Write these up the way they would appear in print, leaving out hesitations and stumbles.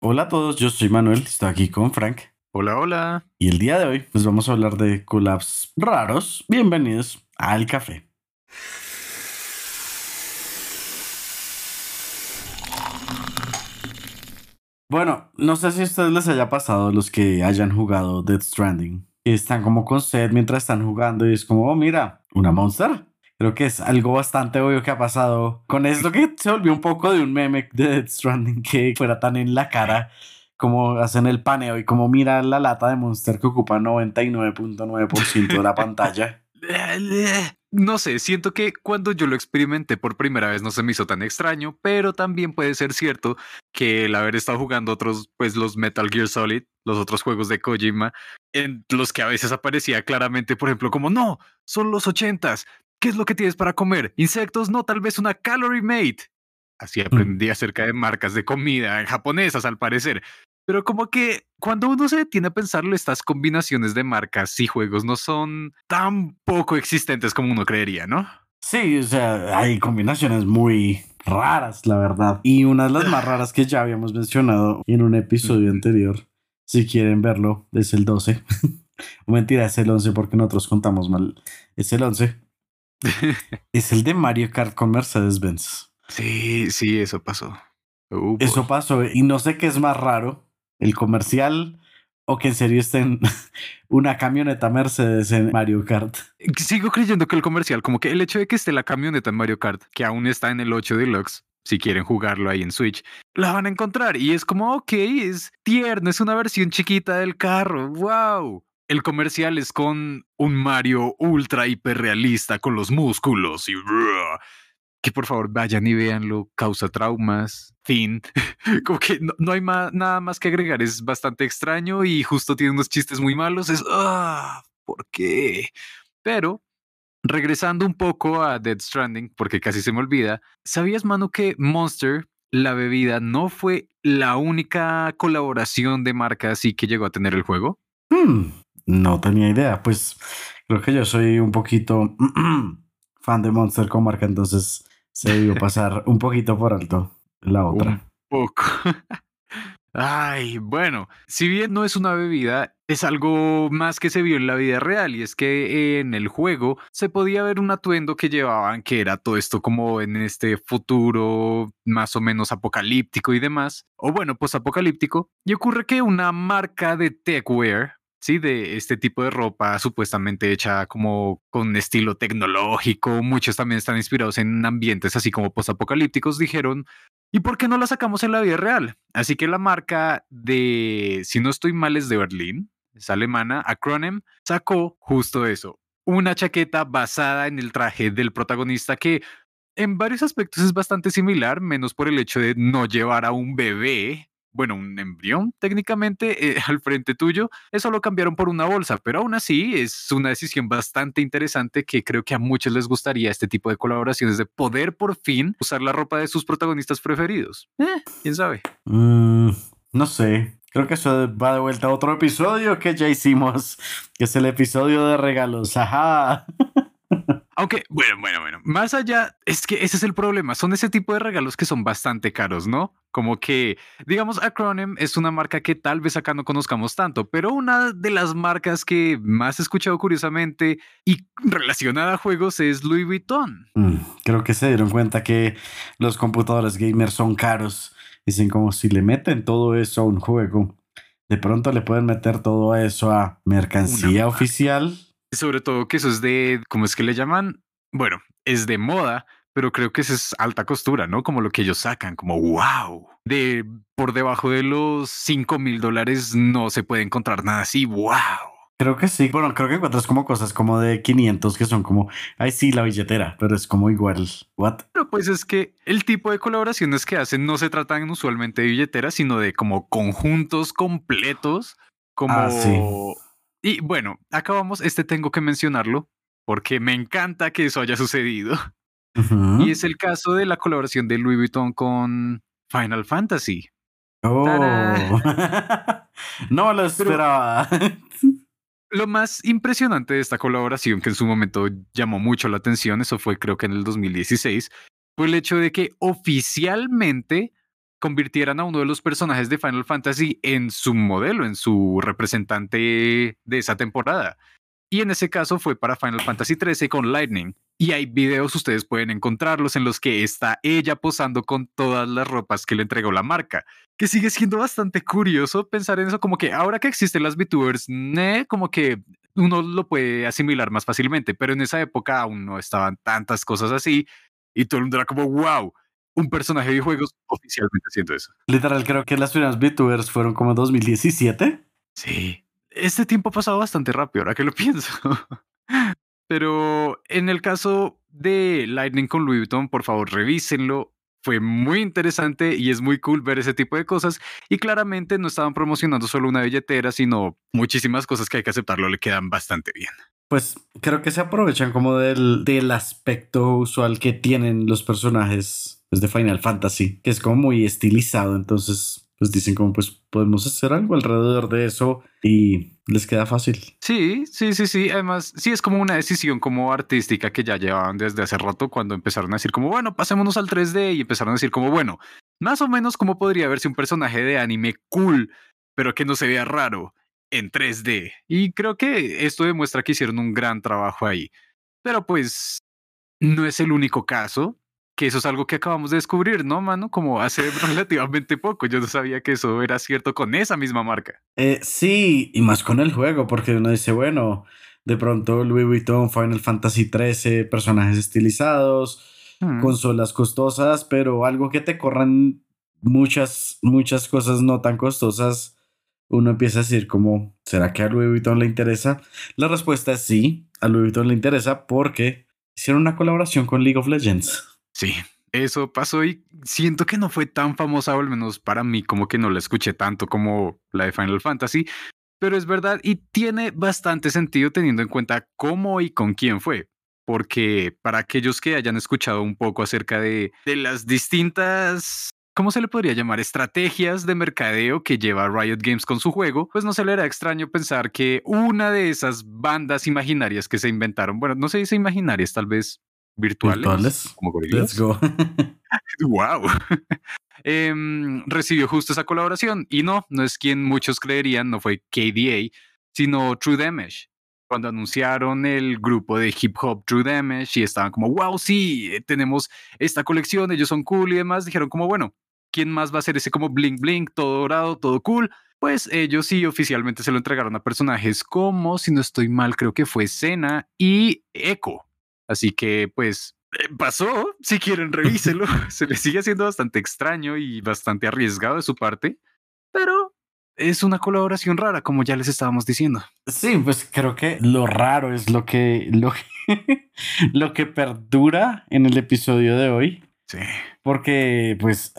Hola a todos, yo soy Manuel, estoy aquí con Frank Hola, hola. y el día de hoy pues vamos a hablar de collabs raros. Bienvenidos al café. Bueno, no sé si a ustedes les haya pasado los que hayan jugado Death Stranding. Que están como con sed mientras están jugando y es como, oh, mira, una monster. Creo que es algo bastante obvio que ha pasado con esto que se volvió un poco de un meme de Death Stranding que fuera tan en la cara como hacen el paneo y como mira la lata de Monster que ocupa 99.9% de la pantalla. No sé, siento que cuando yo lo experimenté por primera vez no se me hizo tan extraño, pero también puede ser cierto que el haber estado jugando otros, pues los Metal Gear Solid, los otros juegos de Kojima, en los que a veces aparecía claramente, por ejemplo, como no, son los ochentas, ¿qué es lo que tienes para comer? ¿Insectos? No, tal vez una Calorie Mate. Así Mm. aprendí acerca de marcas de comida japonesas, al parecer. Pero como que cuando uno se detiene a pensarlo, estas combinaciones de marcas y juegos no son tan poco existentes como uno creería, ¿no? Sí, o sea, hay combinaciones muy raras, la verdad. Y una de las más raras que ya habíamos mencionado en un episodio Ujú. anterior, si quieren verlo, es el 12. O mentira, es el 11 porque nosotros contamos mal. Es el 11. Es el de Mario Kart con Mercedes-Benz. Sí, sí, eso pasó. Oh Eso boy. pasó y no sé qué es más raro, el comercial o que en serio estén una camioneta Mercedes en Mario Kart. Sigo creyendo que el comercial, como que el hecho de que esté la camioneta en Mario Kart, que aún está en el 8 Deluxe, si quieren jugarlo ahí en Switch, la van a encontrar. Y es como, ok, es tierno, es una versión chiquita del carro. ¡Wow! El comercial es con un Mario ultra hiperrealista con los músculos y que por favor vayan y véanlo, causa traumas, fin. Como que no hay nada más que agregar, es bastante extraño y justo tiene unos chistes muy malos, ¿por qué? Pero regresando un poco a Dead Stranding, porque casi se me olvida, ¿sabías, Manu, que Monster, la bebida, no fue la única colaboración de marca así que llegó a tener el juego? Hmm, no tenía idea. Pues creo que yo soy un poquito fan de Monster con marca, entonces se debió pasar un poquito por alto la Un otra. poco. Ay, bueno, si bien no es una bebida, es algo más que se vio en la vida real y es que en el juego se podía ver un atuendo que llevaban que era todo esto como en este futuro más o menos apocalíptico y demás, o bueno, pues apocalíptico, y ocurre que una marca de techwear, sí, de este tipo de ropa supuestamente hecha como con estilo tecnológico, muchos también están inspirados en ambientes así como postapocalípticos, dijeron, ¿y por qué no la sacamos en la vida real? Así que la marca de, si no estoy mal, es de Berlín, es alemana, Acronym, sacó justo eso, una chaqueta basada en el traje del protagonista que en varios aspectos es bastante similar, menos por el hecho de no llevar a un bebé, bueno, un embrión técnicamente al frente tuyo, eso lo cambiaron por una bolsa, pero aún así es una decisión bastante interesante que creo que a muchos les gustaría este tipo de colaboraciones, de poder por fin usar la ropa de sus protagonistas preferidos. ¿Quién sabe? Mm, no sé. Creo que eso va de vuelta a otro episodio que ya hicimos, que es el episodio de regalos. Ajá. Aunque, bueno, más allá, es que ese es el problema, son ese tipo de regalos que son bastante caros, ¿no? Como que, digamos, Acronym es una marca que tal vez acá no conozcamos tanto, pero una de las marcas que más he escuchado curiosamente y relacionada a juegos es Louis Vuitton. Creo que se dieron cuenta que los computadores gamers son caros. Dicen como si le meten todo eso a un juego, de pronto le pueden meter todo eso a Una mercancía marca. oficial. Sobre todo que eso es de, ¿cómo es que le llaman? Bueno, es de moda, pero creo que eso es alta costura, ¿no? Como lo que ellos sacan, como wow. De por debajo de los $5,000 no se puede encontrar nada así. Wow. Creo que sí. Bueno, creo que encuentras como cosas como de 500 que son como, ay, sí, la billetera, pero es como igual. ¿What? Pero pues es que el tipo de colaboraciones que hacen no se tratan usualmente de billeteras, sino de como conjuntos completos, Ah, sí. como... Y bueno, acabamos, este tengo que mencionarlo, porque me encanta que eso haya sucedido. Y Ujú. es el caso de la colaboración de Louis Vuitton con Final Fantasy. ¡Tarán! Oh, no lo Pero esperaba. lo más impresionante de esta colaboración, que en su momento llamó mucho la atención, eso fue creo que en el 2016, fue el hecho de que oficialmente convirtieran a uno de los personajes de Final Fantasy en su modelo, en su representante de esa temporada. Y en ese caso fue para Final Fantasy XIII con Lightning. Y hay videos, ustedes pueden encontrarlos, en los que está ella posando con todas las ropas que le entregó la marca. Que sigue siendo bastante curioso pensar en eso, como que ahora que existen las VTubers, como que uno lo puede asimilar más fácilmente, pero en esa época aún no estaban tantas cosas así y todo el mundo era como, wow, un personaje de videojuegos oficialmente haciendo eso. Literal, creo que las primeras VTubers fueron como 2017. Sí, este tiempo ha pasado bastante rápido, ahora que lo pienso. Pero en el caso de Lightning con Louis Vuitton, por favor, revísenlo. Fue muy interesante y es muy cool ver ese tipo de cosas. Y claramente no estaban promocionando solo una billetera, sino muchísimas cosas que hay que aceptarlo, le quedan bastante bien. Pues creo que se aprovechan como del aspecto usual que tienen los personajes pues, de Final Fantasy, que es como muy estilizado. Entonces, pues dicen como pues podemos hacer algo alrededor de eso y les queda fácil. Sí, sí, sí, sí. Además, sí es como una decisión como artística que ya llevaban desde hace rato cuando empezaron a decir como, bueno, pasémonos al 3D y empezaron a decir como, bueno, más o menos cómo podría verse un personaje de anime cool, pero que no se vea raro en 3D. Y creo que esto demuestra que hicieron un gran trabajo ahí. Pero pues no es el único caso, que eso es algo que acabamos de descubrir, ¿no, mano? Como hace relativamente poco. Yo no sabía que eso era cierto con esa misma marca. Sí, y más con el juego, porque uno dice, bueno, de pronto Louis Vuitton, Final Fantasy 13, personajes estilizados, Mm. consolas costosas, pero algo que te corran muchas cosas no tan costosas, uno empieza a decir como, ¿será que a Louis Vuitton le interesa? La respuesta es sí, a Louis Vuitton le interesa porque hicieron una colaboración con League of Legends. Sí, eso pasó y siento que no fue tan famosa, o al menos para mí, como que no la escuché tanto como la de Final Fantasy, pero es verdad y tiene bastante sentido teniendo en cuenta cómo y con quién fue. Porque para aquellos que hayan escuchado un poco acerca de las distintas, ¿cómo se le podría llamar? Estrategias de mercadeo que lleva Riot Games con su juego, pues no se le era extraño pensar que una de esas bandas imaginarias que se inventaron, bueno, no se dice imaginarias, tal vez virtuales, Virtuales. como Let's gorilas. go. Wow. Recibió justo esa colaboración y no es quien muchos creerían, no fue KDA, sino True Damage. Cuando anunciaron el grupo de hip hop True Damage y estaban como, wow, sí, tenemos esta colección, ellos son cool y demás, dijeron como, bueno, ¿quién más va a hacer ese como bling bling, todo dorado, todo cool? Pues ellos sí oficialmente se lo entregaron a personajes como, si no estoy mal, creo que fue Senna y Echo. Así que pues pasó, si quieren revíselo. Se le sigue haciendo bastante extraño y bastante arriesgado de su parte, pero es una colaboración rara, como ya les estábamos diciendo. Sí, pues creo que lo raro es lo que perdura en el episodio de hoy, Sí. porque pues,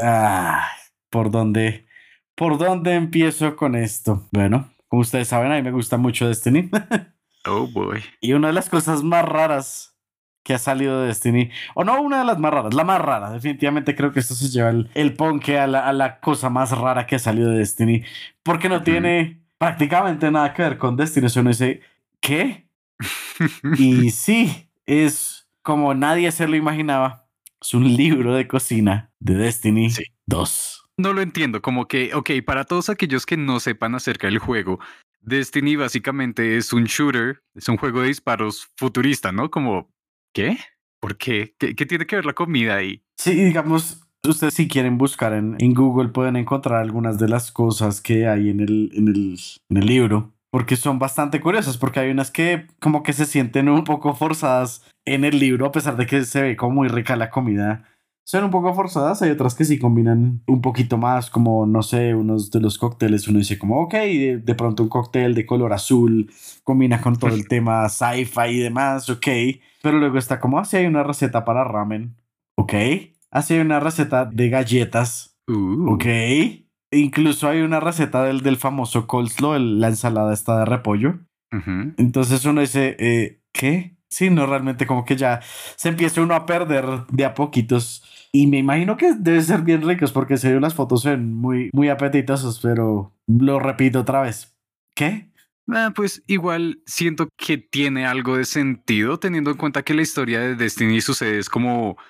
¿por dónde empiezo con esto? Bueno, como ustedes saben, a mí me gusta mucho Destiny Oh boy. y una de las cosas más raras que ha salido de Destiny, o no una de las más raras, la más rara, definitivamente creo que esto se lleva el ponque a la cosa más rara que ha salido de Destiny, porque no Ujú. tiene prácticamente nada que ver con Destiny. Uno dice, ¿qué? Y sí, es como nadie se lo imaginaba. Es un libro de cocina de Sí. Destiny 2. No lo entiendo, como que, ok, para todos aquellos que no sepan acerca del juego, Destiny básicamente es un shooter, es un juego de disparos futurista, ¿no? Como, ¿qué? ¿Por qué? ¿Qué tiene que ver la comida ahí? Sí, digamos, ustedes si quieren buscar en Google pueden encontrar algunas de las cosas que hay en el libro, porque son bastante curiosas, porque hay unas que como que se sienten un poco forzadas en el libro, a pesar de que se ve como muy rica la comida. Son un poco forzadas, hay otras que sí combinan un poquito más, como, no sé, unos de los cócteles, uno dice como, ok, de pronto un cóctel de color azul combina con todo el tema sci-fi y demás, ok, pero luego está como, así hay una receta para ramen, ok, así hay una receta de galletas, ok, Uh, incluso hay una receta del famoso coleslaw, la ensalada esta de repollo. ujú. Entonces uno dice, ¿qué? Sí, no, realmente como que ya se empieza uno a perder de a poquitos. Y me imagino que debe ser bien ricos porque se ven las fotos son muy apetitosos, pero lo repito otra vez. ¿Qué? Pues igual siento que tiene algo de sentido teniendo en cuenta que la historia de Destiny sucede es como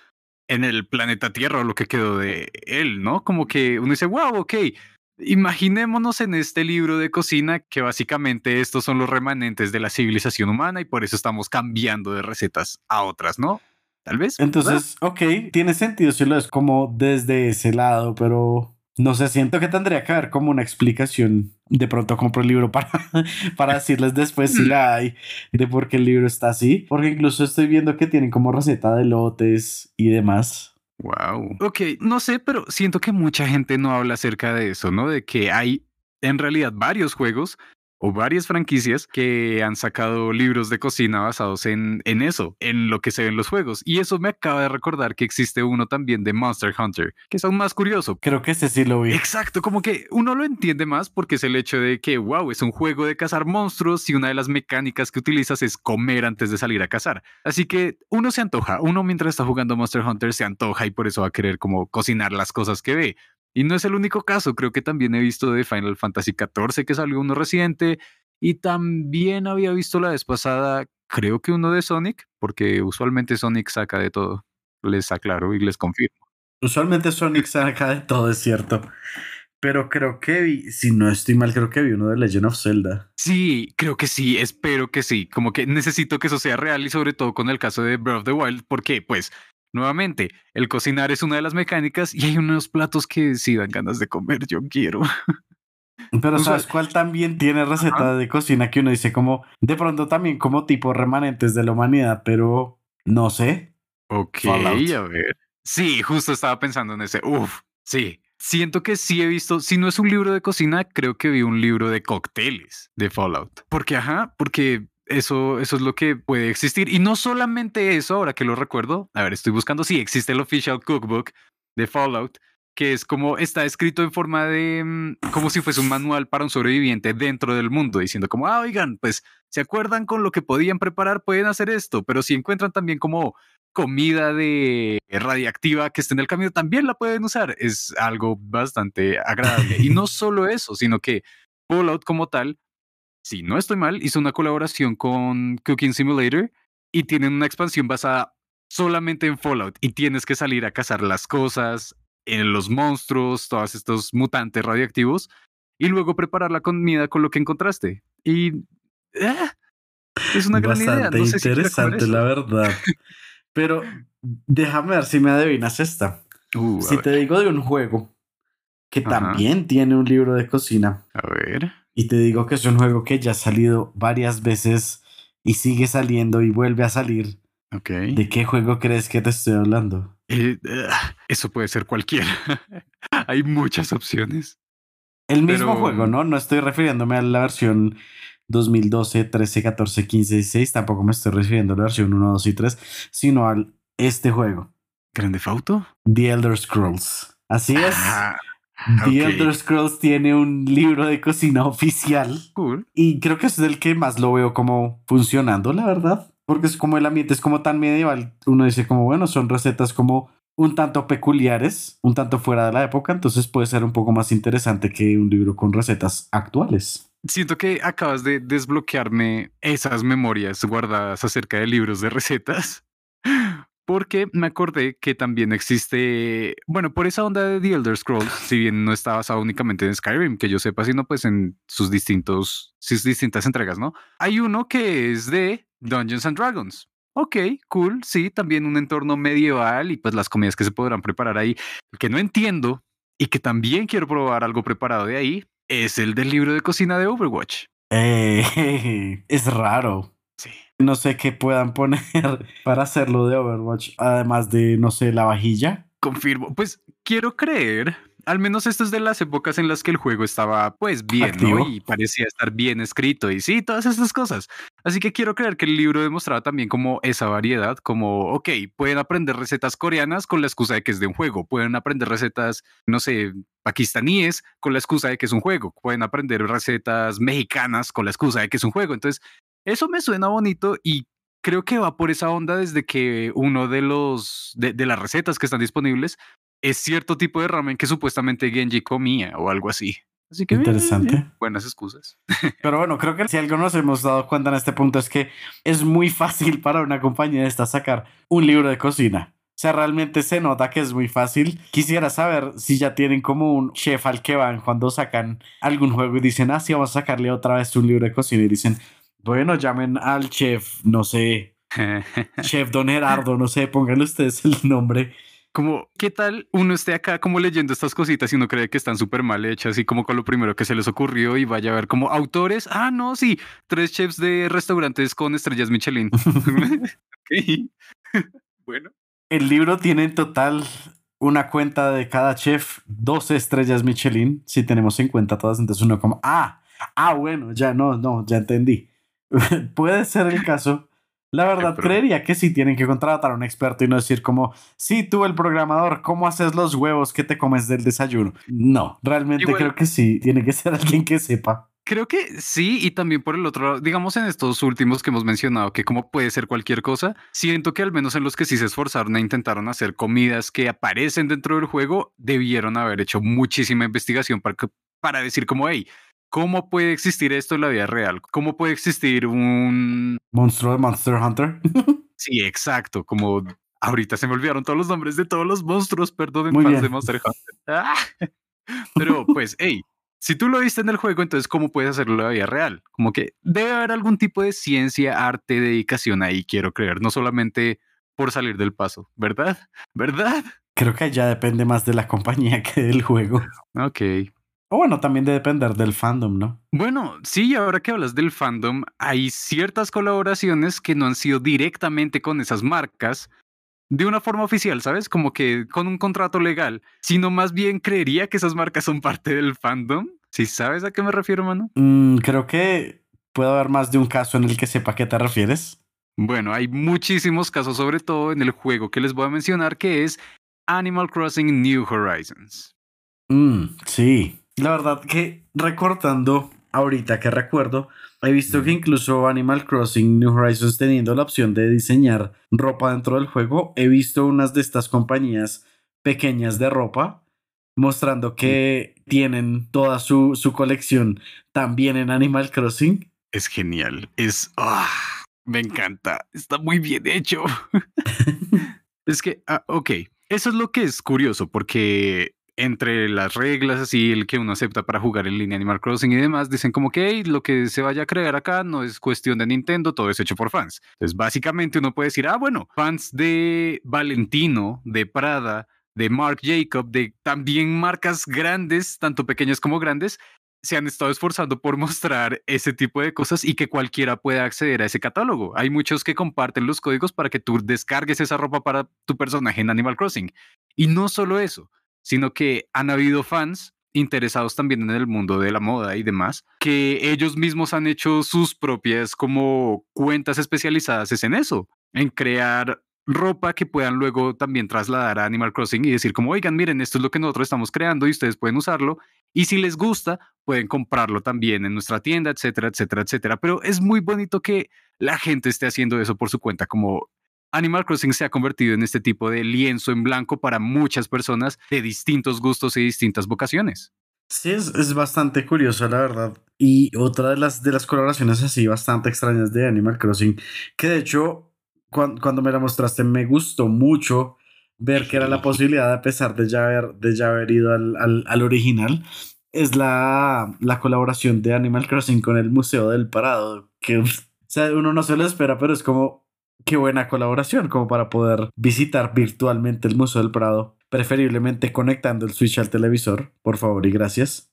en el planeta Tierra o lo que quedó de él, ¿no? Como que uno dice, wow, ok, imaginémonos en este libro de cocina que básicamente estos son los remanentes de la civilización humana y por eso estamos cambiando de recetas a otras, ¿no? Tal vez, ¿verdad? Entonces, ok, tiene sentido si lo es como desde ese lado, pero no sé, siento que tendría que haber como una explicación. De pronto compro el libro para, para decirles después si la hay, de por qué el libro está así, porque incluso estoy viendo que tienen como receta de lotes y demás. Wow. Ok, no sé, pero siento que mucha gente no habla acerca de eso, ¿no? De que hay en realidad varios juegos o varias franquicias que han sacado libros de cocina basados en eso, en lo que se ve en los juegos. Y eso me acaba de recordar que existe uno también de Monster Hunter, que es aún más curioso. Creo que ese sí lo vi. Exacto, como que uno lo entiende más porque es el hecho de que, wow, es un juego de cazar monstruos y una de las mecánicas que utilizas es comer antes de salir a cazar. Así que uno se antoja, uno mientras está jugando Monster Hunter se antoja y por eso va a querer como cocinar las cosas que ve. Y no es el único caso, creo que también he visto de Final Fantasy XIV que salió uno reciente y también había visto la vez pasada, creo que uno de Sonic, porque usualmente Sonic saca de todo. Les aclaro y les confirmo. Usualmente Sonic saca de todo, es cierto. Pero creo que vi, si no estoy mal, creo que vi uno de Legend of Zelda. Sí, creo que sí, espero que sí. Como que necesito que eso sea real y sobre todo con el caso de Breath of the Wild, porque pues, nuevamente, el cocinar es una de las mecánicas y hay unos platos que sí dan ganas de comer, yo quiero. Pero Usual. ¿sabes cuál también tiene Ajá. receta de cocina que uno dice como, de pronto también como tipo remanentes de la humanidad, pero no sé, Ok, Fallout? a ver. Sí, justo estaba pensando en ese. Uf, sí. Siento que sí he visto, si no es un libro de cocina, creo que vi un libro de cócteles de Fallout. Porque, ajá, porque eso es lo que puede existir. Y no solamente eso, ahora que lo recuerdo, a ver, estoy buscando, sí, existe el Official Cookbook de Fallout, que es como, está escrito en forma de, como si fuese un manual para un sobreviviente dentro del mundo, diciendo como, ah, oigan, pues, ¿se acuerdan con lo que podían preparar? Pueden hacer esto, pero si encuentran también como comida de radiactiva que esté en el camino, también la pueden usar. Es algo bastante agradable. Y no solo eso, sino que Fallout como tal, si no estoy mal, hizo una colaboración con Cooking Simulator y tienen una expansión basada solamente en Fallout y tienes que salir a cazar las cosas, en los monstruos, todos estos mutantes radioactivos y luego preparar la comida con lo que encontraste. Y es una gran idea. Bastante No sé si quiera comer interesante, eso. la verdad. Pero déjame ver si me adivinas esta. A Si te ver. digo de un juego que Ajá. también tiene un libro de cocina A ver. y te digo que es un juego que ya ha salido varias veces y sigue saliendo y vuelve a salir, Ok. ¿de qué juego crees que te estoy hablando? Eso puede ser cualquiera. Hay muchas opciones, El mismo pero juego, ¿no? No estoy refiriéndome a la versión 2012, 13, 14, 15, 16. Tampoco me estoy refiriendo a la versión 1, 2 y 3, sino al este juego, Grande Fauto. The Elder Scrolls. Así es. Ah, The ok. Elder Scrolls tiene un libro de cocina oficial Cool. y creo que es el que más lo veo como funcionando, la verdad. Porque es como el ambiente es como tan medieval. Uno dice como, bueno, son recetas como un tanto peculiares, un tanto fuera de la época, entonces puede ser un poco más interesante que un libro con recetas actuales. Siento que acabas de desbloquearme esas memorias guardadas acerca de libros de recetas. Porque me acordé que también existe, bueno, por esa onda de The Elder Scrolls, si bien no está basado únicamente en Skyrim, que yo sepa, sino pues en sus distintas entregas, ¿no? Hay uno que es de Dungeons and Dragons. Ok, cool, sí, también un entorno medieval y pues las comidas que se podrán preparar ahí. El que no entiendo y que también quiero probar algo preparado de ahí es el del libro de cocina de Overwatch. Es raro. Sí. No sé qué puedan poner para hacerlo de Overwatch, además de, no sé, la vajilla Confirmo. Pues quiero creer, al menos esto es de las épocas en las que el juego estaba pues bien, ¿no? activo. Y parecía estar bien escrito y sí, todas estas cosas. Así que quiero creer que el libro demostraba también como esa variedad, como, ok, pueden aprender recetas coreanas con la excusa de que es de un juego, pueden aprender recetas, no sé, pakistaníes con la excusa de que es un juego, pueden aprender recetas mexicanas con la excusa de que es un juego. Entonces, eso me suena bonito y creo que va por esa onda desde que uno de de las recetas que están disponibles es cierto tipo de ramen que supuestamente Genji comía o algo así. Así que Interesante. buenas excusas. Pero bueno, creo que si algo nos hemos dado cuenta en este punto es que es muy fácil para una compañía de esta sacar un libro de cocina. O sea, realmente se nota que es muy fácil. Quisiera saber si ya tienen como un chef al que van cuando sacan algún juego y dicen, ah, sí, vamos a sacarle otra vez un libro de cocina y dicen, bueno, llamen al chef, no sé, chef Don Gerardo, no sé, pónganle ustedes el nombre. Como, ¿qué tal uno esté acá como leyendo estas cositas y uno cree que están súper mal hechas y como con lo primero que se les ocurrió y vaya a ver como autores? Ah, no, sí, 3 chefs de restaurantes con estrellas Michelin. Ok. Bueno, El libro tiene en total una cuenta de cada chef, 12 estrellas Michelin, si tenemos en cuenta todas, entonces uno como, bueno, ya no, ya entendí. Puede ser el caso. La de verdad, pronto. creería que sí tienen que contratar a un experto y no decir como, sí, tú el programador, ¿cómo haces los huevos que te comes del desayuno? No, realmente Igual, creo que sí, tiene que ser alguien que sepa. creo que sí, y también por el otro lado, digamos en estos últimos que hemos mencionado, que como puede ser cualquier cosa, siento que al menos en los que sí se esforzaron e intentaron hacer comidas que aparecen dentro del juego, debieron haber hecho muchísima investigación para decir como, hey, ¿cómo puede existir esto en la vida real? ¿Cómo puede existir un... Monstruo de Monster Hunter. Sí, exacto, como ahorita se me olvidaron todos los nombres de todos los monstruos, perdonen Muy fans de bien. Monster Hunter. Ah, pero pues, hey, si tú lo viste en el juego, entonces ¿cómo puedes hacerlo en la vida real? Como que debe haber algún tipo de ciencia, arte, dedicación ahí, quiero creer, no solamente por salir del paso, ¿verdad? ¿Verdad? Creo que ya depende más de la compañía que del juego. Ok. O bueno, también de depender del fandom, ¿no? Bueno, sí, ahora que hablas del fandom, hay ciertas colaboraciones que no han sido directamente con esas marcas, de una forma oficial, ¿sabes? Como que con un contrato legal, sino más bien creería que esas marcas son parte del fandom. ¿Sí sabes a qué me refiero, mano? Creo que puede haber más de un caso en el que sepa a qué te refieres. Bueno, hay muchísimos casos, sobre todo en el juego que les voy a mencionar, que es Animal Crossing New Horizons. Sí. La verdad que recortando ahorita que recuerdo, he visto que Ujú. incluso Animal Crossing New Horizons teniendo la opción de diseñar ropa dentro del juego, he visto unas de estas compañías pequeñas de ropa mostrando que tienen toda su colección también en Animal Crossing. Es genial, me encanta, está muy bien hecho. Es que, ok, eso es lo que es curioso, porque entre las reglas así, el que uno acepta para jugar en línea Animal Crossing y demás, dicen como que "Hey, lo que se vaya a crear acá no es cuestión de Nintendo, todo es hecho por fans". Entonces, básicamente uno puede decir, bueno, fans de Valentino, de Prada, de Marc Jacob, de también marcas grandes, tanto pequeñas como grandes, se han estado esforzando por mostrar ese tipo de cosas y que cualquiera pueda acceder a ese catálogo. Hay muchos que comparten los códigos para que tú descargues esa ropa para tu personaje en Animal Crossing. Y no solo eso, sino que han habido fans interesados también en el mundo de la moda y demás, que ellos mismos han hecho sus propias como cuentas especializadas es en eso, en crear ropa que puedan luego también trasladar a Animal Crossing y decir como, oigan, miren, esto es lo que nosotros estamos creando y ustedes pueden usarlo. Y si les gusta, pueden comprarlo también en nuestra tienda, etcétera, etcétera, etcétera. Pero es muy bonito que la gente esté haciendo eso por su cuenta, como Animal Crossing se ha convertido en este tipo de lienzo en blanco para muchas personas de distintos gustos y distintas vocaciones. Sí, es bastante curioso, la verdad. Y otra de las colaboraciones así bastante extrañas de Animal Crossing, que de hecho, cuando me la mostraste, me gustó mucho ver que era la posibilidad, a pesar de ya haber ido al original, es la colaboración de Animal Crossing con el Museo del Prado, que o sea, uno no se lo espera, pero es como, qué buena colaboración, como para poder visitar virtualmente el Museo del Prado, preferiblemente conectando el Switch al televisor, por favor y gracias.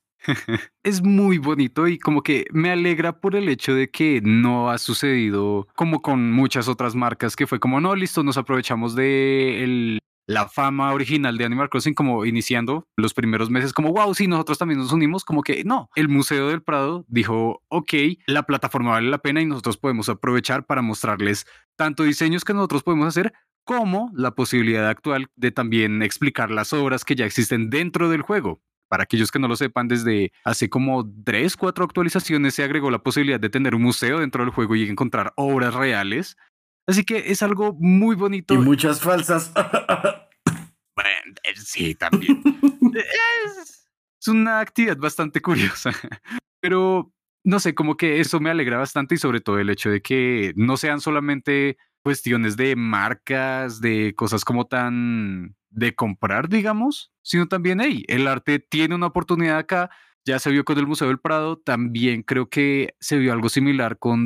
Es muy bonito y como que me alegra por el hecho de que no ha sucedido como con muchas otras marcas que fue como, no, listo, nos aprovechamos de la fama original de Animal Crossing como iniciando los primeros meses como, wow, sí, nosotros también nos unimos, como que no, el Museo del Prado dijo, ok, la plataforma vale la pena y nosotros podemos aprovechar para mostrarles tanto diseños que nosotros podemos hacer como la posibilidad actual de también explicar las obras que ya existen dentro del juego. Para aquellos que no lo sepan, desde hace como 3, 4 actualizaciones se agregó la posibilidad de tener un museo dentro del juego y encontrar obras reales. Así que es algo muy Y bonito. muchas falsas. Bueno, sí, también. Es, es una actividad bastante curiosa. Pero no sé, como que eso me alegra bastante y sobre todo el hecho de que no sean solamente cuestiones de marcas, de cosas como tan de comprar, digamos, sino también, hey, el arte tiene una oportunidad acá. Ya se vio con el Museo del Prado, también creo que se vio algo similar con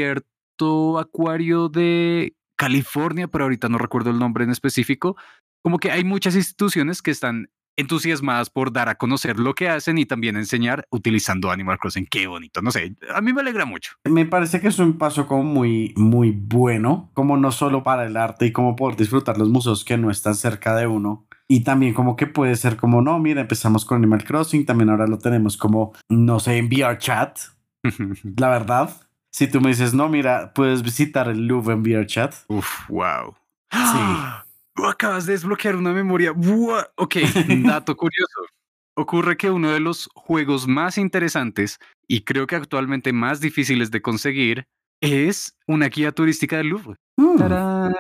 cierto acuario de California, pero ahorita no recuerdo el nombre en específico. Como que hay muchas instituciones que están entusiasmadas por dar a conocer lo que hacen y también enseñar utilizando Animal Crossing. Qué bonito, no sé, a mí me alegra mucho. Me parece que es un paso como muy, muy bueno, como no solo para el arte y como poder disfrutar los museos que no están cerca de uno. Y también como que puede ser como, no, mira, empezamos con Animal Crossing, también ahora lo tenemos como, no sé, en VR Chat. La verdad, si tú me dices, no, mira, puedes visitar el Louvre en VR Chat. Uf, wow. Sí. Acabas de desbloquear una memoria. Ok, dato curioso. Ocurre que uno de los juegos más interesantes y creo que actualmente más difíciles de conseguir es una guía turística del Louvre. Mm. ¡Tarán!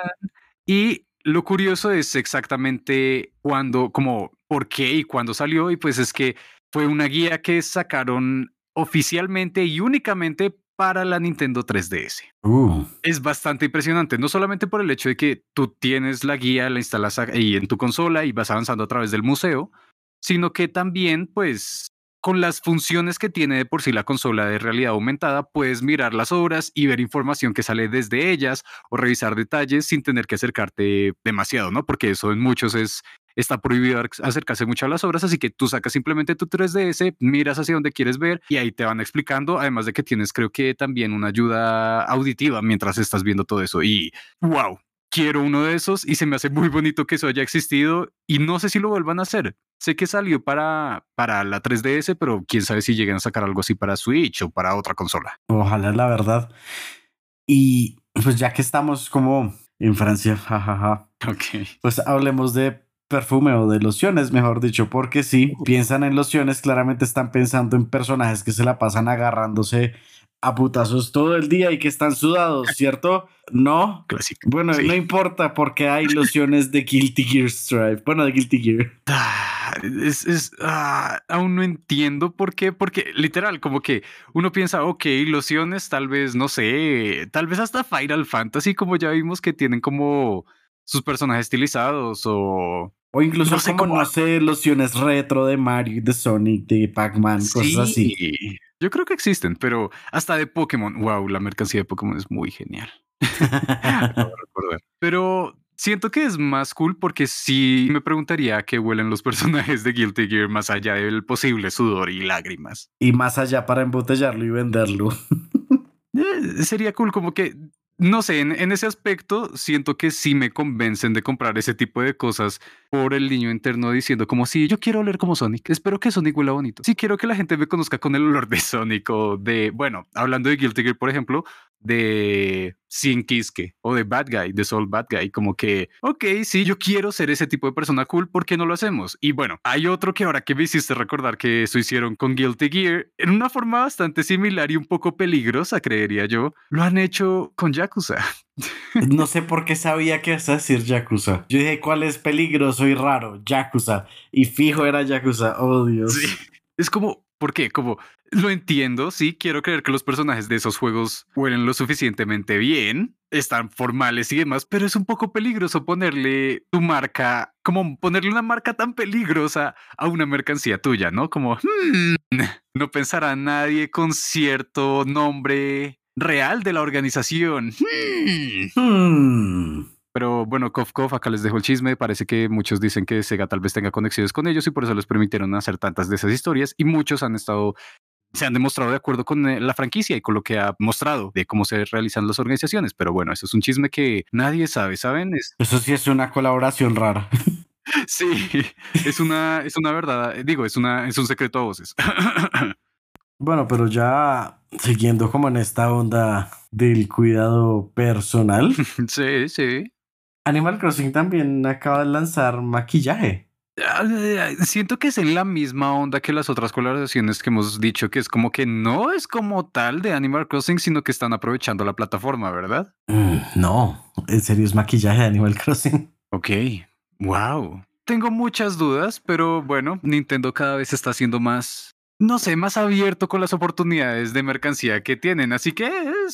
Y lo curioso es exactamente cuándo, como por qué y cuándo salió. Y pues es que fue una guía que sacaron oficialmente y únicamente para la Nintendo 3DS. Uh. Es bastante impresionante, no solamente por el hecho de que tú tienes la guía, la instalas ahí en tu consola y vas avanzando a través del museo, sino que también, pues, con las funciones que tiene de por sí la consola de realidad aumentada, puedes mirar las obras y ver información que sale desde ellas o revisar detalles sin tener que acercarte demasiado, ¿no? Porque eso en muchos está prohibido acercarse mucho a las obras, así que tú sacas simplemente tu 3DS, miras hacia donde quieres ver y ahí te van explicando, además de que tienes creo que también una ayuda auditiva mientras estás viendo todo eso y wow, quiero uno de esos y se me hace muy bonito que eso haya existido y no sé si lo vuelvan a hacer. Sé que salió para la 3DS, pero quién sabe si lleguen a sacar algo así para Switch o para otra consola. Ojalá, la verdad. Y pues ya que estamos como en Francia, jajaja, Ok. pues hablemos de perfume o de lociones, mejor dicho, porque si piensan en lociones, claramente están pensando en personajes que se la pasan agarrándose a putazos todo el día y que están sudados, ¿cierto? No. Clásico. Bueno, Sí. no importa porque hay lociones de Guilty Gear Strive. Bueno, de Guilty Gear. Aún no entiendo por qué, porque literal, como que uno piensa, ok, lociones, tal vez, no sé, tal vez hasta Final Fantasy, como ya vimos que tienen como sus personajes estilizados o O no incluso sé como, cómo. no sé, lociones retro de Mario, de Sonic, de Pac-Man, cosas Sí, así. yo creo que existen, pero hasta de Pokémon, wow, la mercancía de Pokémon es muy genial. Acabo de recordar. Pero siento que es más cool porque sí me preguntaría a qué huelen los personajes de Guilty Gear más allá del posible sudor y lágrimas. Y más allá para embotellarlo y venderlo. Sería cool, como que, no sé, en ese aspecto siento que sí me convencen de comprar ese tipo de cosas por el niño interno diciendo como, sí, yo quiero oler como Sonic, espero que Sonic huela bonito. Sí, quiero que la gente me conozca con el olor de Sonic o de, bueno, hablando de Guilty Gear, por ejemplo, de Sin Kiske o de Bad Guy, de Soul Bad Guy, como que, ok, sí, yo quiero ser ese tipo de persona cool, ¿por qué no lo hacemos? Y bueno, hay otro que ahora que me hiciste recordar que eso hicieron con Guilty Gear, en una forma bastante similar y un poco peligrosa, creería yo, lo han hecho con Yakuza. No sé por qué sabía que ibas a decir Yakuza. Yo dije, ¿cuál es peligroso y raro? Yakuza. Y fijo era Yakuza. Oh, Sí. Dios. Es como, ¿por qué? Como, lo entiendo, sí, quiero creer que los personajes de esos juegos huelen lo suficientemente bien, están formales y demás, pero es un poco peligroso ponerle tu marca, como ponerle una marca tan peligrosa a una mercancía tuya, ¿no? Como, no pensará nadie con cierto nombre real de la organización. Hmm. Pero bueno, Cof Cof, acá les dejo el chisme. Parece que muchos dicen que Sega tal vez tenga conexiones con ellos y por eso les permitieron hacer tantas de esas historias. Y muchos se han demostrado de acuerdo con la franquicia y con lo que ha mostrado de cómo se realizan las organizaciones. Pero bueno, eso es un chisme que nadie sabe, ¿saben? Eso sí es una colaboración rara. Sí, es una verdad. Digo, es un secreto a voces. Bueno, pero ya siguiendo como en esta onda del cuidado personal, Sí, sí. Animal Crossing también acaba de lanzar maquillaje. Siento que es en la misma onda que las otras colaboraciones que hemos dicho, que es como que no es como tal de Animal Crossing, sino que están aprovechando la plataforma, ¿verdad? No, en serio es maquillaje de Animal Crossing. Ok, wow. Tengo muchas dudas, pero bueno, Nintendo cada vez está haciendo más no sé, más abierto con las oportunidades de mercancía que tienen. Así que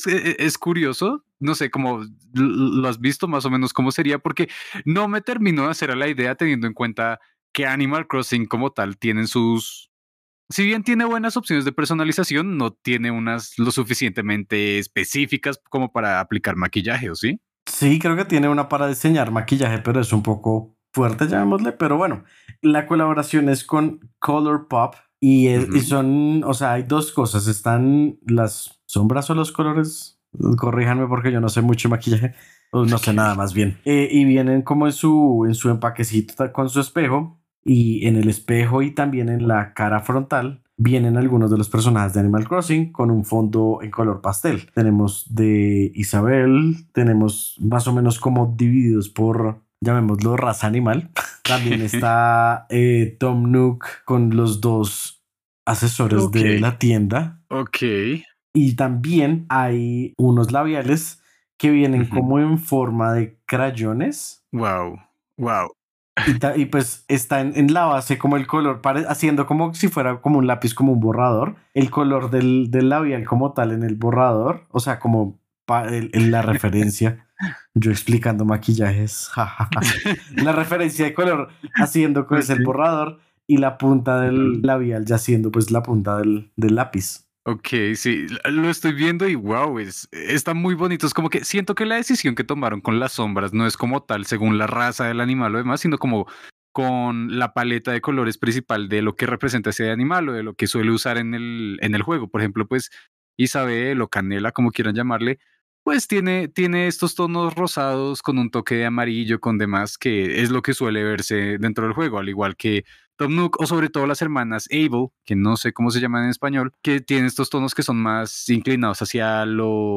es curioso. No sé cómo lo has visto más o menos cómo sería, porque no me terminó de hacer a la idea teniendo en cuenta que Animal Crossing como tal tienen sus... Si bien tiene buenas opciones de personalización, no tiene unas lo suficientemente específicas como para aplicar maquillaje, ¿o sí? Sí, creo que tiene una para diseñar maquillaje, pero es un poco fuerte, llamémosle. Pero bueno, la colaboración es con Colourpop y Ujú. son, o sea, hay dos cosas. Están las sombras o los colores. Corríjanme porque yo no sé mucho de maquillaje, o no sé Ok. nada más bien. Y vienen como en su empaquecito con su espejo y en el espejo y también en la cara frontal vienen algunos de los personajes de Animal Crossing con un fondo en color pastel. Tenemos de Isabel, tenemos más o menos como divididos por, llamémoslo, raza animal. También está Tom Nook con los dos asesores Ok. de la tienda. Ok. Y también hay unos labiales que vienen como en forma de crayones Wow. Wow. y pues está en la base como el color, haciendo como si fuera como un lápiz, como un borrador, el color del labial como tal en el borrador, o sea, como la referencia, yo explicando maquillajes, jajaja. La referencia de color haciendo pues el Ok. borrador y la punta del Ujú. labial ya siendo pues la punta del lápiz. Ok, sí, lo estoy viendo y wow, está muy bonito. Es como que siento que la decisión que tomaron con las sombras no es como tal según la raza del animal o demás, sino como con la paleta de colores principal de lo que representa ese animal o de lo que suele usar en el juego. Por ejemplo, pues Isabel o Canela, como quieran llamarle, pues tiene estos tonos rosados con un toque de amarillo, con demás, que es lo que suele verse dentro del juego, al igual que Tom Nook o sobre todo las hermanas Abel, que no sé cómo se llaman en español, que tienen estos tonos que son más inclinados hacia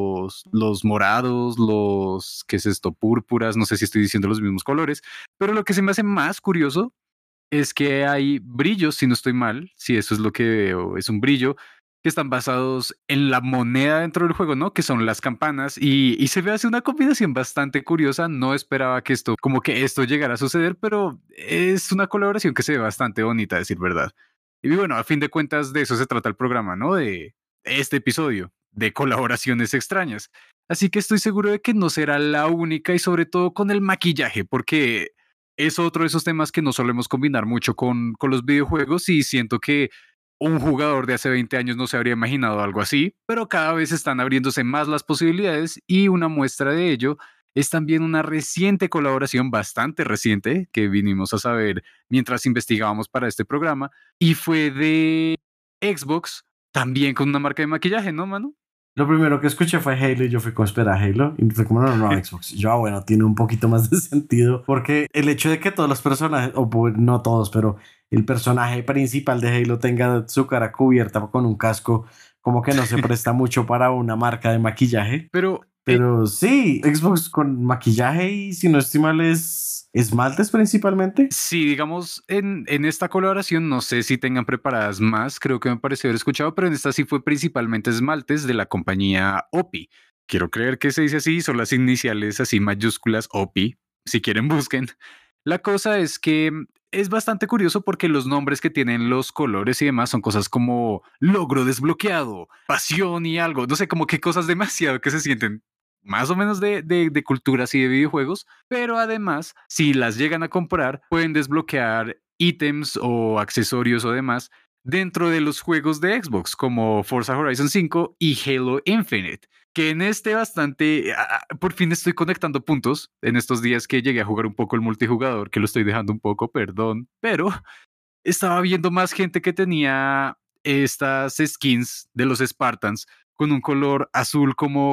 los morados, ¿qué es esto? Púrpuras, no sé si estoy diciendo los mismos colores, pero lo que se me hace más curioso es que hay brillos, si no estoy mal, si eso es lo que veo, es un brillo, que están basados en la moneda dentro del juego, ¿no? Que son las campanas y se ve hace una combinación bastante curiosa. No esperaba que esto, como que esto llegara a suceder, pero es una colaboración que se ve bastante bonita, a decir verdad. Y bueno, a fin de cuentas de eso se trata el programa, ¿no? De este episodio, de colaboraciones extrañas. Así que estoy seguro de que no será la única y sobre todo con el maquillaje, porque es otro de esos temas que no solemos combinar mucho con los videojuegos y siento que un jugador de hace 20 años no se habría imaginado algo así, pero cada vez están abriéndose más las posibilidades y una muestra de ello es también una reciente colaboración, bastante reciente, que vinimos a saber mientras investigábamos para este programa, y fue de Xbox, también con una marca de maquillaje, ¿no, mano? Lo primero que escuché fue Halo y yo fui como espera Halo y fue como no, Xbox. Y yo, bueno, tiene un poquito más de sentido porque el hecho de que todos los personajes, o no todos, pero el personaje principal de Halo tenga su cara cubierta con un casco, como que no se presta mucho para una marca de maquillaje. Pero Pero sí, Xbox con maquillaje y si no estoy mal es esmaltes principalmente. sí, digamos, en esta colaboración, no sé si tengan preparadas más, creo que me pareció haber escuchado, pero en esta sí fue principalmente esmaltes de la compañía OPI. Quiero creer que se dice así, son las iniciales así mayúsculas OPI, si quieren busquen. La cosa es que es bastante curioso porque los nombres que tienen los colores y demás son cosas como logro desbloqueado, pasión y algo, no sé, como que cosas demasiado que se sienten más o menos de culturas y de videojuegos, pero además, si las llegan a comprar, pueden desbloquear ítems o accesorios o demás dentro de los juegos de Xbox, como Forza Horizon 5 y Halo Infinite. Que en este bastante, por fin estoy conectando puntos en estos días que llegué a jugar un poco el multijugador, que lo estoy dejando un poco, perdón, pero estaba viendo más gente que tenía estas skins de los Spartans con un color azul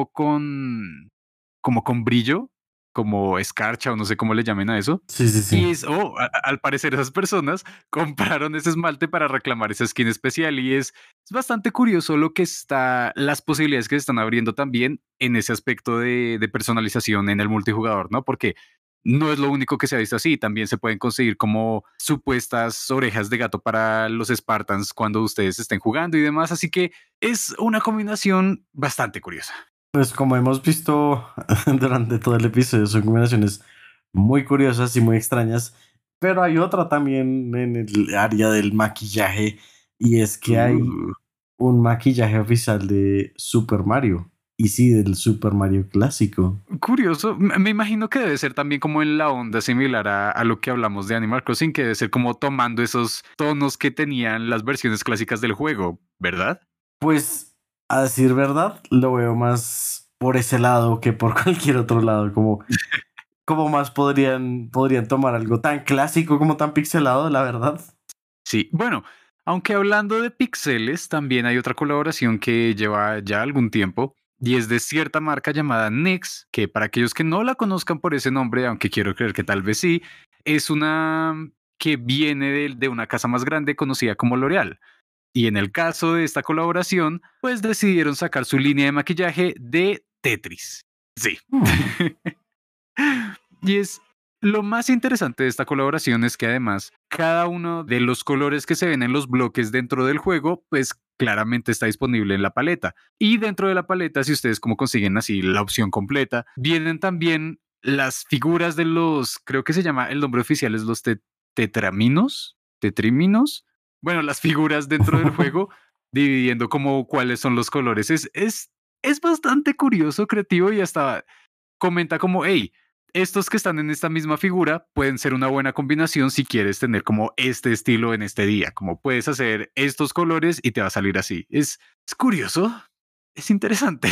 como con brillo, como escarcha o no sé cómo le llamen a eso. Sí, sí, sí. Y al parecer esas personas compraron ese esmalte para reclamar esa skin especial y es bastante curioso lo que está, las posibilidades que se están abriendo también en ese aspecto de personalización en el multijugador, ¿no? Porque no es lo único que se ha visto así, también se pueden conseguir como supuestas orejas de gato para los Spartans cuando ustedes estén jugando y demás, así que es una combinación bastante curiosa. Pues como hemos visto durante todo el episodio, son combinaciones muy curiosas y muy extrañas, pero hay otra también en el área del maquillaje Y es que hay Uh, un maquillaje oficial de Super Mario. Y sí, del Super Mario clásico. Curioso. Me imagino que debe ser también como en la onda similar a lo que hablamos de Animal Crossing, que debe ser como tomando esos tonos que tenían las versiones clásicas del juego, ¿verdad? Pues, a decir verdad, lo veo más por ese lado que por cualquier otro lado. Como más podrían tomar algo tan clásico como tan pixelado, la verdad. Sí, bueno, aunque hablando de pixeles, también hay otra colaboración que lleva ya algún tiempo y es de cierta marca llamada NYX, que para aquellos que no la conozcan por ese nombre, aunque quiero creer que tal vez sí, es una que viene de una casa más grande conocida como L'Oreal. Y en el caso de esta colaboración, pues decidieron sacar su línea de maquillaje de Tetris. Sí. Hmm. Y es lo más interesante de esta colaboración es que además cada uno de los colores que se ven en los bloques dentro del juego, pues claramente está disponible en la paleta. Y dentro de la paleta, si ustedes como consiguen así la opción completa, vienen también las figuras de los, creo que se llama, el nombre oficial es los tetraminos, tetriminos. Bueno, las figuras dentro del juego, dividiendo como cuáles son los colores. Es bastante curioso, creativo y hasta comenta como, hey, estos que están en esta misma figura pueden ser una buena combinación si quieres tener como este estilo en este día, como puedes hacer estos colores y te va a salir así. Es curioso, es interesante.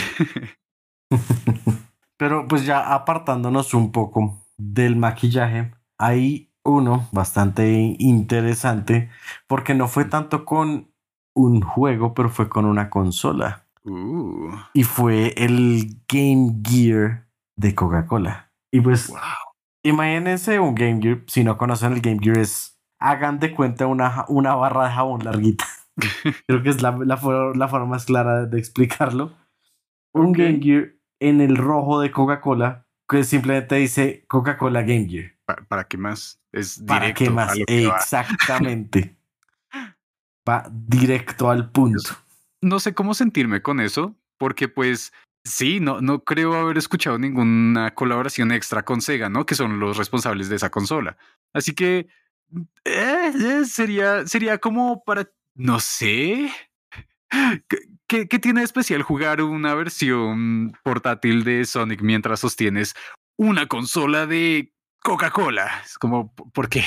Pero pues ya apartándonos un poco del maquillaje, hay uno bastante interesante porque no fue tanto con un juego, pero fue con una consola. Uh, Y fue el Game Gear de Coca-Cola. Y pues wow. imagínense un Game Gear, si no conocen el Game Gear es, hagan de cuenta una barra de jabón larguita. Creo que es la forma más clara de explicarlo. Un Ok. Game Gear en el rojo de Coca-Cola que simplemente dice Coca-Cola Game Gear. ¿Para qué más? Es ¿Para qué directo a más? lo que va. Exactamente. Va directo al punto. Curioso. No sé cómo sentirme con eso, porque pues sí, no creo haber escuchado ninguna colaboración extra con Sega, ¿no? Que son los responsables de esa consola. Así que sería como para, no sé, ¿qué tiene de especial jugar una versión portátil de Sonic mientras sostienes una consola de Coca-Cola? Es como, ¿por qué?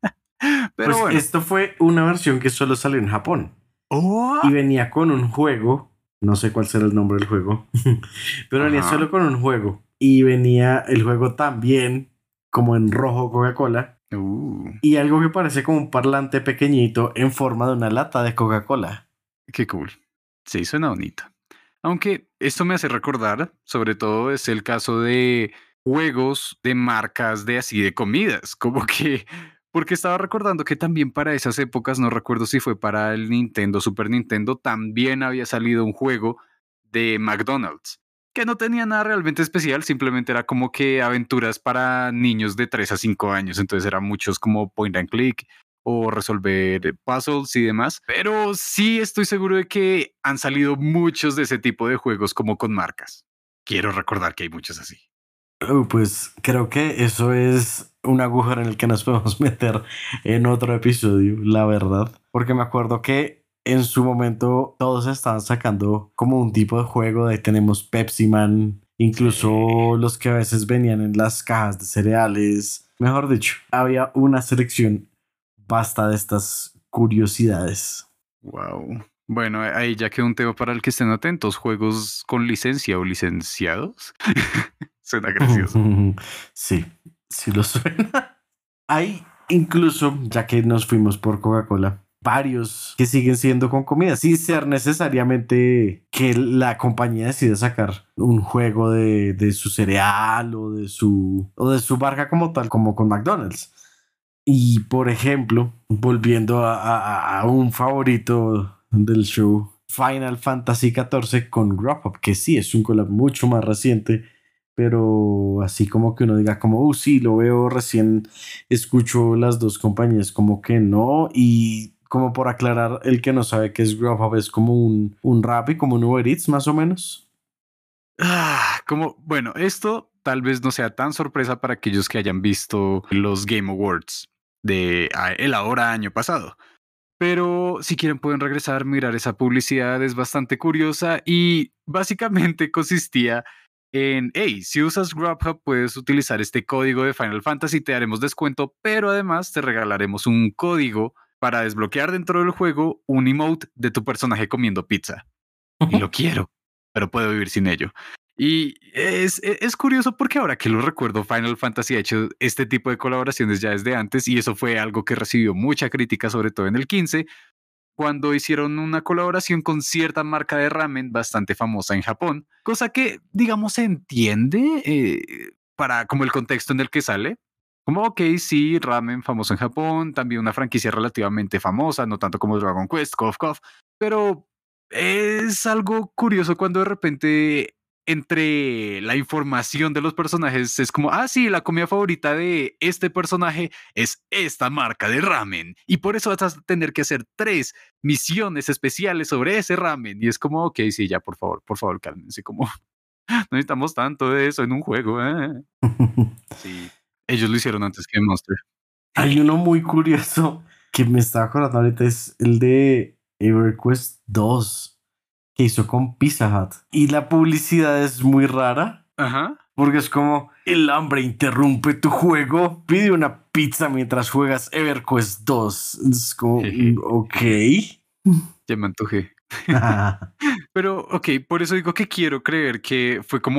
Pero Pues bueno. esto fue una versión que solo salió en Japón. Y Oh, venía con un juego, no sé cuál será el nombre del juego, pero venía ajá. solo con un juego. Y venía el juego también como en rojo Coca-Cola. Uh. Y algo que parece como un parlante pequeñito en forma de una lata de Coca-Cola. Qué cool. Sí, suena bonito. Aunque esto me hace recordar, sobre todo es el caso de juegos de marcas de así de comidas, como que, porque estaba recordando que también para esas épocas, no recuerdo si fue para el Nintendo, Super Nintendo, también había salido un juego de McDonald's, que no tenía nada realmente especial, simplemente era como que aventuras para niños de 3 a 5 años, entonces eran muchos como point and click o resolver puzzles y demás. Pero sí estoy seguro de que han salido muchos de ese tipo de juegos como con marcas. Quiero recordar que hay muchos así. Pues creo que eso es un agujero en el que nos podemos meter en otro episodio, la verdad. Porque me acuerdo que en su momento todos estaban sacando como un tipo de juego. De ahí tenemos Pepsi Man, Sí. incluso los que a veces venían en las cajas de cereales. Mejor dicho, había una selección vasta de estas curiosidades. Wow. Bueno, ahí ya quedó un tema para el que estén atentos. Juegos con licencia o licenciados. Suena gracioso. Sí, sí lo suena. Hay incluso, ya que nos fuimos por Coca-Cola, varios que siguen siendo con comida, sin ser necesariamente que la compañía decida sacar un juego de su cereal o de su marca como tal, como con McDonald's. Y por ejemplo, volviendo a un favorito del show, Final Fantasy XIV con Grubhub, que sí es un collab mucho más reciente, pero así como que uno diga como, sí, lo veo recién, escucho las dos compañías, como que no, y como por aclarar, el que no sabe qué es Grubhub es como un Rappi, como un Uber Eats más o menos. Como, bueno, esto tal vez no sea tan sorpresa para aquellos que hayan visto los Game Awards de el ahora año pasado. Pero si quieren pueden regresar, mirar esa publicidad, es bastante curiosa y básicamente consistía en, hey, si usas Grubhub puedes utilizar este código de Final Fantasy, te daremos descuento, pero además te regalaremos un código para desbloquear dentro del juego un emote de tu personaje comiendo pizza. Y lo quiero, pero puedo vivir sin ello. Y es curioso porque ahora que lo recuerdo, Final Fantasy ha hecho este tipo de colaboraciones ya desde antes y eso fue algo que recibió mucha crítica, sobre todo en el 15, cuando hicieron una colaboración con cierta marca de ramen bastante famosa en Japón, cosa que, digamos, se entiende para como el contexto en el que sale. Como, ok, sí, ramen famoso en Japón, también una franquicia relativamente famosa, no tanto como Dragon Quest, Cof Cof, pero es algo curioso cuando de repente entre la información de los personajes es como, ah, sí, la comida favorita de este personaje es esta marca de ramen y por eso vas a tener que hacer 3 misiones especiales sobre ese ramen. Y es como, ok, sí, ya, por favor, cálmense, como no necesitamos tanto de eso en un juego. Sí, ellos lo hicieron antes que Monster. Hay uno muy curioso que me estaba acordando ahorita, es el de EverQuest 2 que hizo con Pizza Hut. Y la publicidad es muy rara Ajá. porque es como el hambre interrumpe tu juego, pide una pizza mientras juegas EverQuest 2. Es como, ok. Ya me antojé. Pero, ok, por eso digo que quiero creer que fue como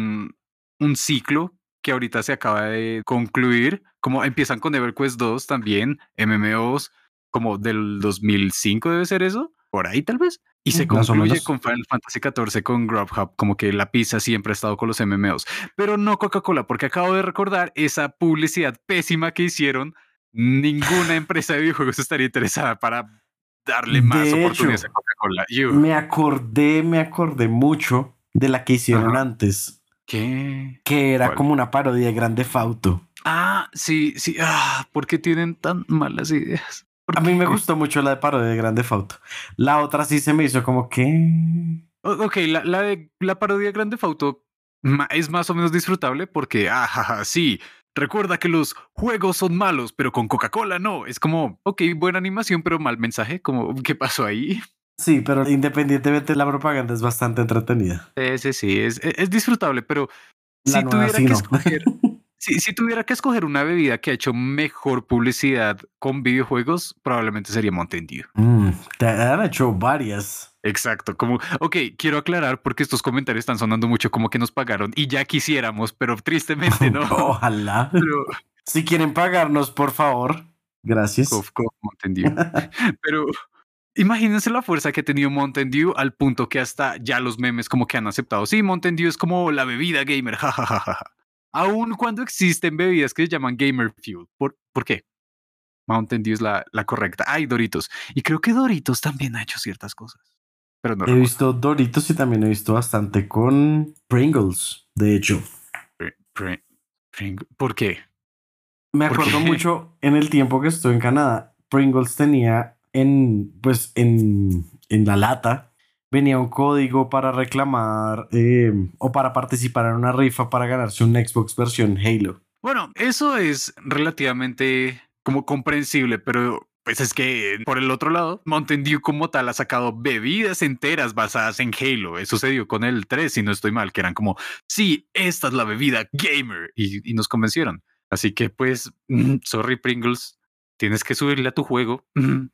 un ciclo que ahorita se acaba de concluir, como empiezan con EverQuest 2 también, MMOs, como del 2005 debe ser eso, por ahí tal vez, y se Más o concluye menos. con Final Fantasy XIV con Grubhub, como que la pizza siempre ha estado con los MMOs, pero no Coca-Cola, porque acabo de recordar esa publicidad pésima que hicieron. Ninguna empresa de videojuegos estaría interesada para darle más De oportunidades hecho, a Coca-Cola. Iu. me acordé mucho de la que hicieron Ajá. antes, ¿Qué? que era ¿Cuál? como una parodia de Grande Fauto. Ah, sí, sí. Ah, ¿por qué tienen tan malas ideas? ¿Por A mí me qué? gustó mucho la de parodia de Grande Fauto. La otra sí se me hizo como que... Ok, la de la parodia de Grande Auto es más o menos disfrutable porque, sí, recuerda que los juegos son malos, pero con Coca-Cola no. Es como, ok, buena animación, pero mal mensaje. Como, ¿qué pasó ahí? Sí, pero independientemente la propaganda es bastante entretenida. Ese sí, es disfrutable, pero La si nueva tuviera sí que no. escoger, si tuviera que escoger una bebida que ha hecho mejor publicidad con videojuegos, probablemente sería Mountain Dew. Mm, te han hecho varias. Exacto, como, ok, quiero aclarar porque estos comentarios están sonando mucho como que nos pagaron y ya quisiéramos, pero tristemente no. Ojalá. Pero, Si quieren pagarnos, por favor. Gracias. cof, cof, Mountain Dew. Pero imagínense la fuerza que ha tenido Mountain Dew al punto que hasta ya los memes como que han aceptado. Sí, Mountain Dew es como la bebida gamer, jajajaja. Aún cuando existen bebidas que se llaman Gamer Fuel. ¿Por qué? Mountain Dew es la correcta. Hay Doritos. Y creo que Doritos también ha hecho ciertas cosas, pero no He recuerdo. visto Doritos y también he visto bastante con Pringles, de hecho. Pri- pri- ¿Por qué? Me ¿Por acuerdo qué? mucho en el tiempo que estuve en Canadá, Pringles tenía en la lata, venía un código para reclamar o para participar en una rifa para ganarse un Xbox versión Halo. Bueno, eso es relativamente como comprensible, pero pues es que por el otro lado, Mountain Dew como tal ha sacado bebidas enteras basadas en Halo. Eso se dio con el 3, si no estoy mal, que eran como, sí, esta es la bebida gamer y nos convencieron. Así que pues, sorry Pringles, tienes que subirle a tu juego.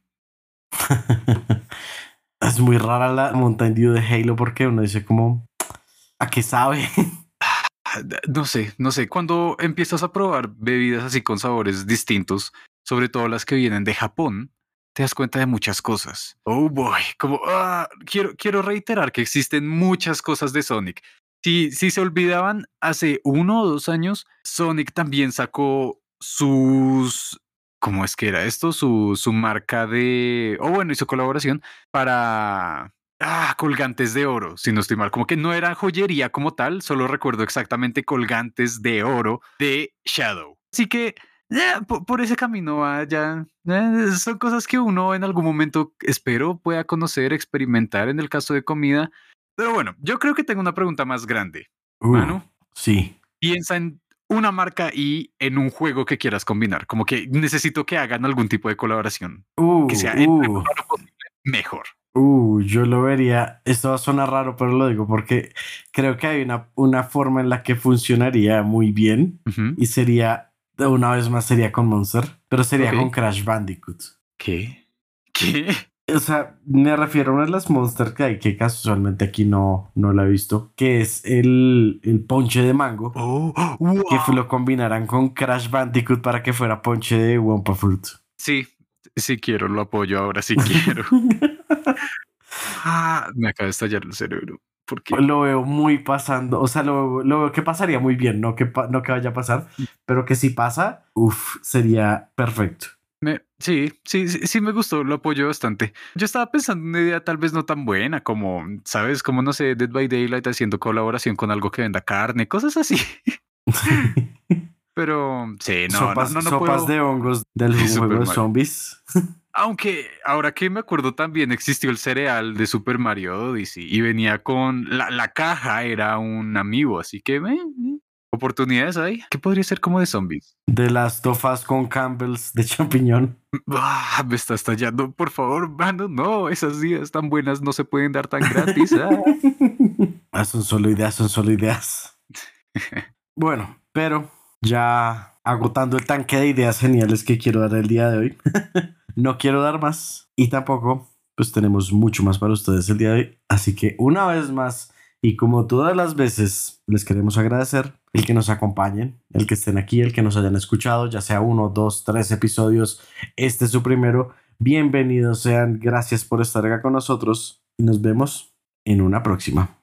Es muy rara la Mountain Dew de Halo porque uno dice como, ¿a qué sabe? No sé, no sé. Cuando empiezas a probar bebidas así con sabores distintos, sobre todo las que vienen de Japón, te das cuenta de muchas cosas. Oh boy, como quiero reiterar que existen muchas cosas de Sonic. Si se olvidaban, hace 1 o 2 años, Sonic también sacó sus. ¿Cómo es que era esto? Su marca de. O bueno, hizo colaboración para colgantes de oro, si no estoy mal. Como que no era joyería como tal, solo recuerdo exactamente colgantes de oro de Shadow. Así que por ese camino va ya. Son cosas que uno en algún momento espero pueda conocer, experimentar en el caso de comida. Pero bueno, yo creo que tengo una pregunta más grande. Uh, Manu, sí. piensa en una marca y en un juego que quieras combinar. Como que necesito que hagan algún tipo de colaboración. Que sea entre más raro posible, mejor. Yo lo vería. Esto va a sonar raro, pero lo digo porque creo que hay una forma en la que funcionaría muy bien y sería, una vez más, sería con Monster, pero sería con Crash Bandicoot. ¿Qué? O sea, me refiero a una de las Monster que hay, que casualmente aquí no la he visto, que es el ponche de mango. Wow. Que lo combinaran con Crash Bandicoot para que fuera ponche de Wumpa Fruit. Sí quiero, lo apoyo ahora, sí quiero. Me acaba de estallar el cerebro. ¿Por qué? Lo veo muy pasando, o sea, lo veo que pasaría muy bien, no que vaya a pasar, pero que si pasa, sería perfecto. Sí, me gustó, lo apoyo bastante. Yo estaba pensando en una idea tal vez no tan buena, como, ¿sabes? Como, no sé, Dead by Daylight haciendo colaboración con algo que venda carne, cosas así. Pero sí, no sopas puedo. de hongos del juego de zombies. Aunque ahora que me acuerdo también existió el cereal de Super Mario Odyssey y venía con la caja, era un amiibo, así que oportunidades ahí. ¿Qué podría ser como de zombies? De las tofas con Campbell's de champiñón. Me está estallando, por favor, mano, no, esas ideas tan buenas no se pueden dar tan gratis. Son solo ideas. Bueno, pero ya agotando el tanque de ideas geniales que quiero dar el día de hoy. No quiero dar más y tampoco pues tenemos mucho más para ustedes el día de hoy. Así que una vez más y como todas las veces les queremos agradecer el que nos acompañen, el que estén aquí, el que nos hayan escuchado, ya sea 1, 2, 3 episodios. Este es su primero. Bienvenidos sean, gracias por estar acá con nosotros y nos vemos en una próxima.